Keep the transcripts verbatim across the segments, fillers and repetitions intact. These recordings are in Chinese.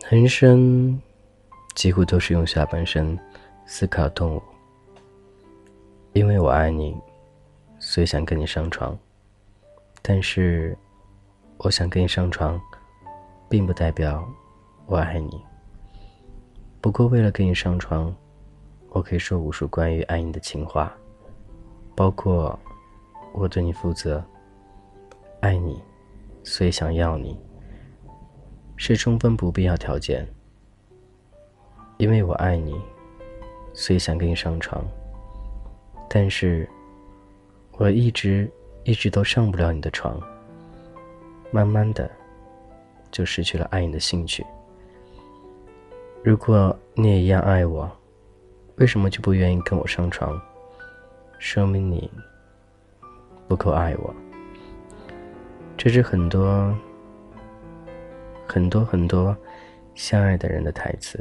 人生几乎都是用下半身思考动物。因为我爱你，所以想跟你上床。但是我想跟你上床，并不代表我爱你。不过为了跟你上床，我可以说无数关于爱你的情话，包括我对你负责，爱你，所以想要你，是充分不必要条件。因为我爱你，所以想跟你上床。但是我一直一直都上不了你的床，慢慢的就失去了爱你的兴趣。如果你也一样爱我，为什么就不愿意跟我上床？说明你不够爱我。这是很多很多很多相爱的人的台词。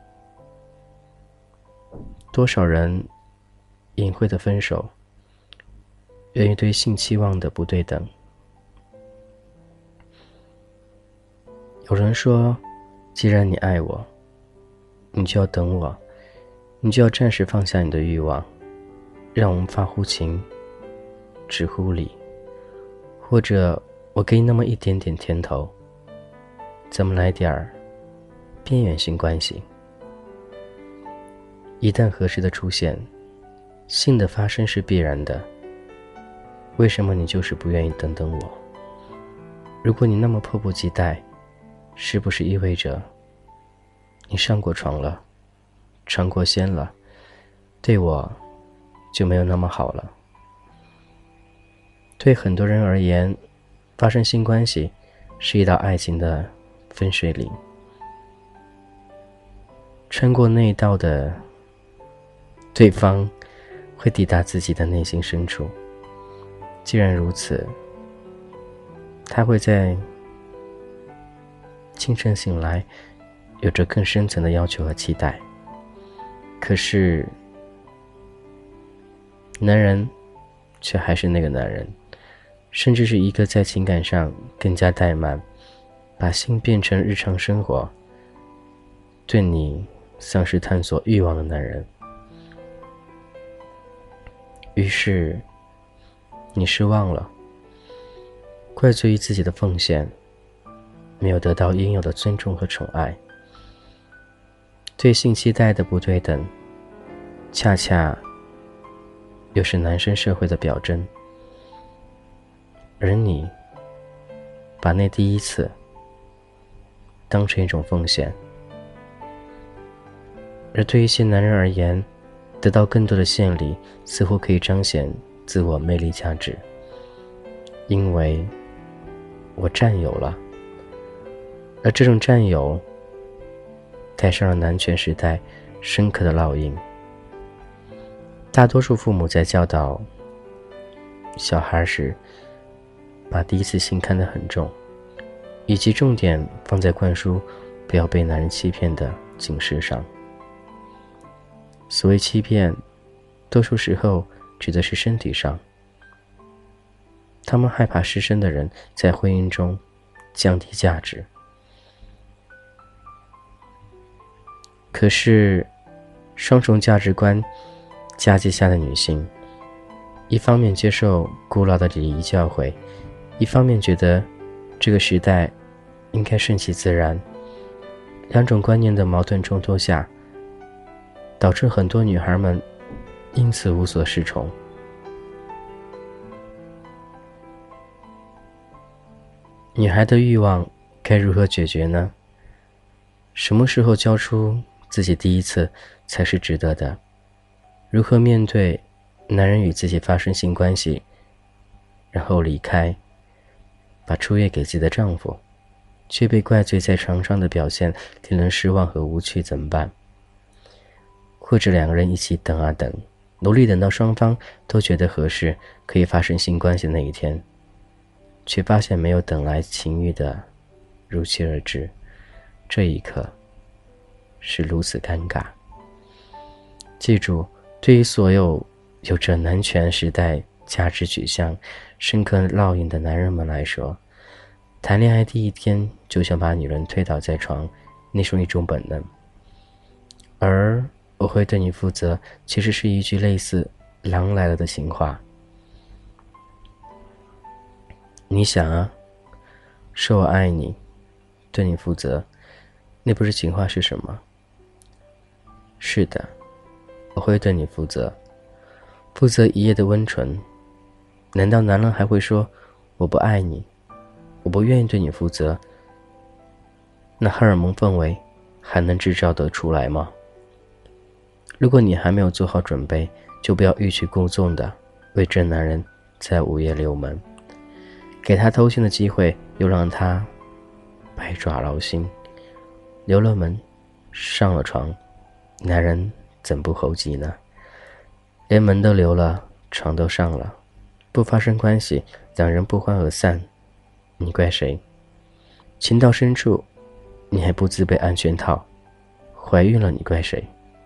多少人隐晦的分手，源于对性期望的不对等。有人说，既然你爱我，你就要等我，你就要暂时放下你的欲望，让我们发乎情，止乎礼，或者我给你那么一点点甜头，咱们来点儿边缘性关系。一旦合适的出现，性的发生是必然的，为什么你就是不愿意等等我？如果你那么迫不及待，是不是意味着你上过床了，尝过鲜了，对我就没有那么好了？对很多人而言，发生性关系是一道爱情的分水岭。穿过那一道的对方会抵达自己的内心深处。既然如此，他会在清晨醒来有着更深层的要求和期待。可是男人却还是那个男人，甚至是一个在情感上更加怠慢，把性变成日常生活，对你丧失探索欲望的男人。于是你失望了，怪罪于自己的奉献，没有得到应有的尊重和宠爱。对性期待的不对等，恰恰又是男生社会的表征。而你把那第一次当成一种奉献。而对一些男人而言，得到更多的献礼似乎可以彰显自我魅力价值，因为我占有了。而这种占有带上了男权时代深刻的烙印。大多数父母在教导小孩时，把第一次性看得很重，以及重点放在灌输不要被男人欺骗的警示上。所谓欺骗，多数时候指的是身体上。他们害怕失身的人在婚姻中降低价值。可是双重价值观夹击下的女性，一方面接受古老的礼仪教诲，一方面觉得这个时代应该顺其自然。两种观念的矛盾冲突下，导致很多女孩们因此无所适从。女孩的欲望该如何解决呢？什么时候交出自己第一次才是值得的？如何面对男人与自己发生性关系，然后离开，把初夜给自己的丈夫，却被怪罪在床上的表现令人失望和无趣，怎么办？或者两个人一起等啊等，努力等到双方都觉得合适，可以发生性关系的那一天，却发现没有等来情欲的如期而至。这一刻是如此尴尬。记住，对于所有有着男权时代价值取向深刻烙印的男人们来说，谈恋爱第一天就想把女人推倒在床， 那属于一种本能。而我会对你负责，其实是一句类似狼来了的情话。你想啊，说我爱你，对你负责，那不是情话是什么？是的，我会对你负责，负责一夜的温存。难道男人还会说我不爱你，我不愿意对你负责？那荷尔蒙氛围还能制造得出来吗？如果你还没有做好准备，就不要欲擒故纵的为这男人在午夜留门，给他偷腥的机会，又让他百爪挠心。留了门，上了床，男人怎不猴急呢？连门都留了，床都上了，不发生关系，两人不欢而散，你怪谁？情到深处，你还不自备安全套，怀孕了你怪谁？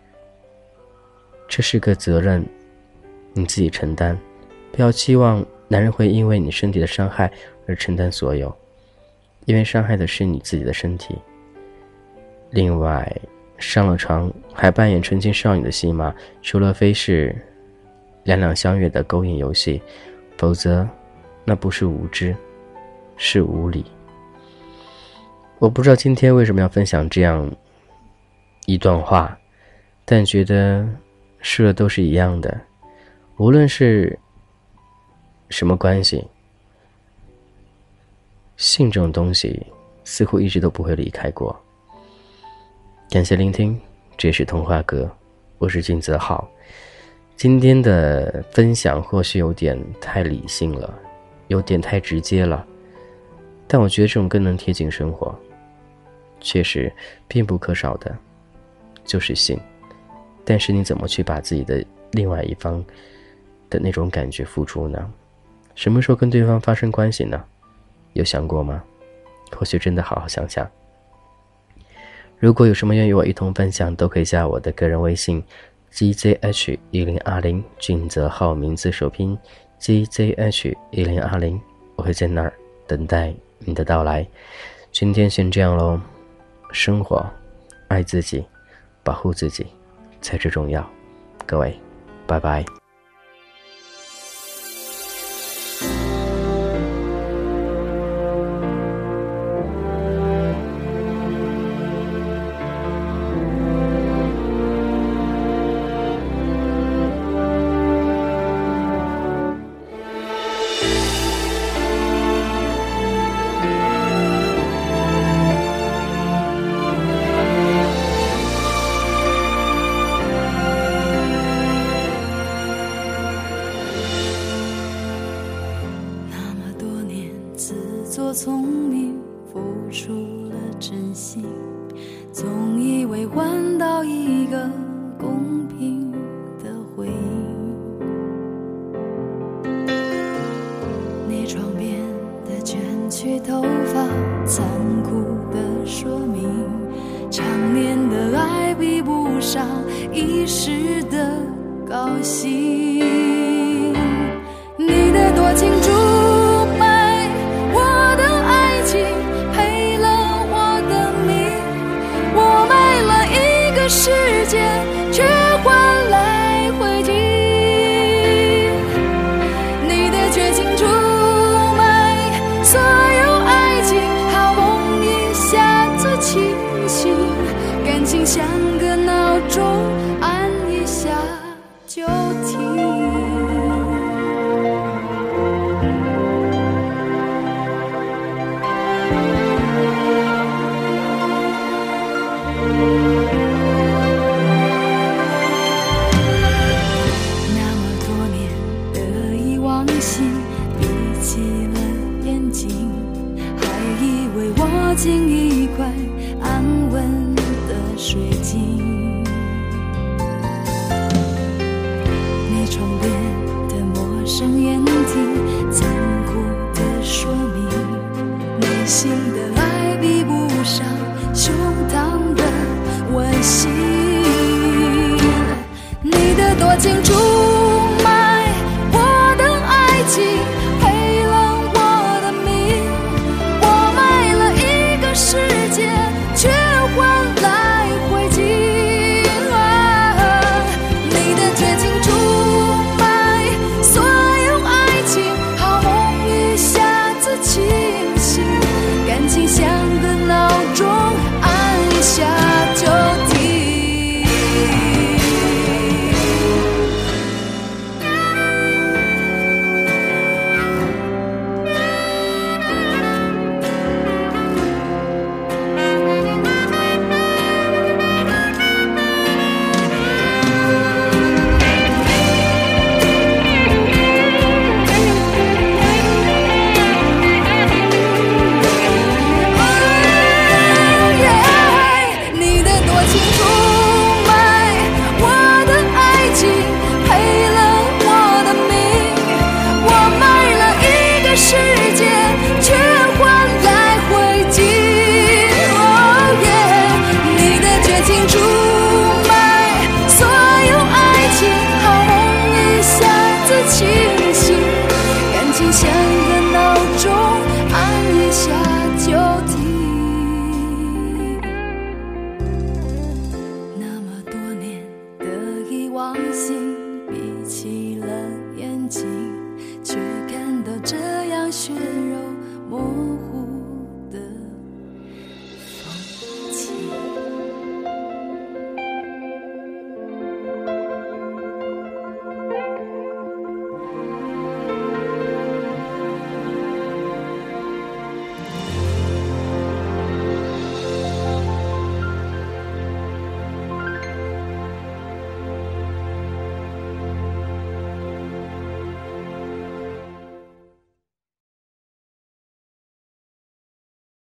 这是个责任，你自己承担，不要期望男人会因为你身体的伤害而承担所有，因为伤害的是你自己的身体。另外，上了床还扮演纯情少女的戏码，除了非是两两相悦的勾引游戏，否则那不是无知，是无理。我不知道今天为什么要分享这样一段话，但觉得说的都是一样的，无论是什么关系，性这种东西似乎一直都不会离开过。感谢聆听，这是童话阁，我是金泽浩。今天的分享或许有点太理性了，有点太直接了，但我觉得这种更能贴近生活。确实必不可少的就是性，但是你怎么去把自己的另外一方的那种感觉付出呢？什么时候跟对方发生关系呢？有想过吗？或许真的好好想想。如果有什么愿与我一同分享，都可以加我的个人微信 G Z H 一零二零， 俊泽浩名字首拼 G Z H 一零二零， 我会在那儿等待你的到来。今天先这样咯，生活爱自己，保护自己才最重要。各位拜拜。 聪明付出了真心，总以为换到一个公平的回应。你床边的卷曲头发，残酷的说明，常年的爱比不上一时的高兴。你的多情注世界却换来灰烬，你的绝情出卖所有爱情，好梦一下子清醒，感情像个闹钟，按一下就停。进一块安稳的水晶，你床边的陌生眼睛，残酷的说明，内心的爱比不上胸膛的温馨。你的多情注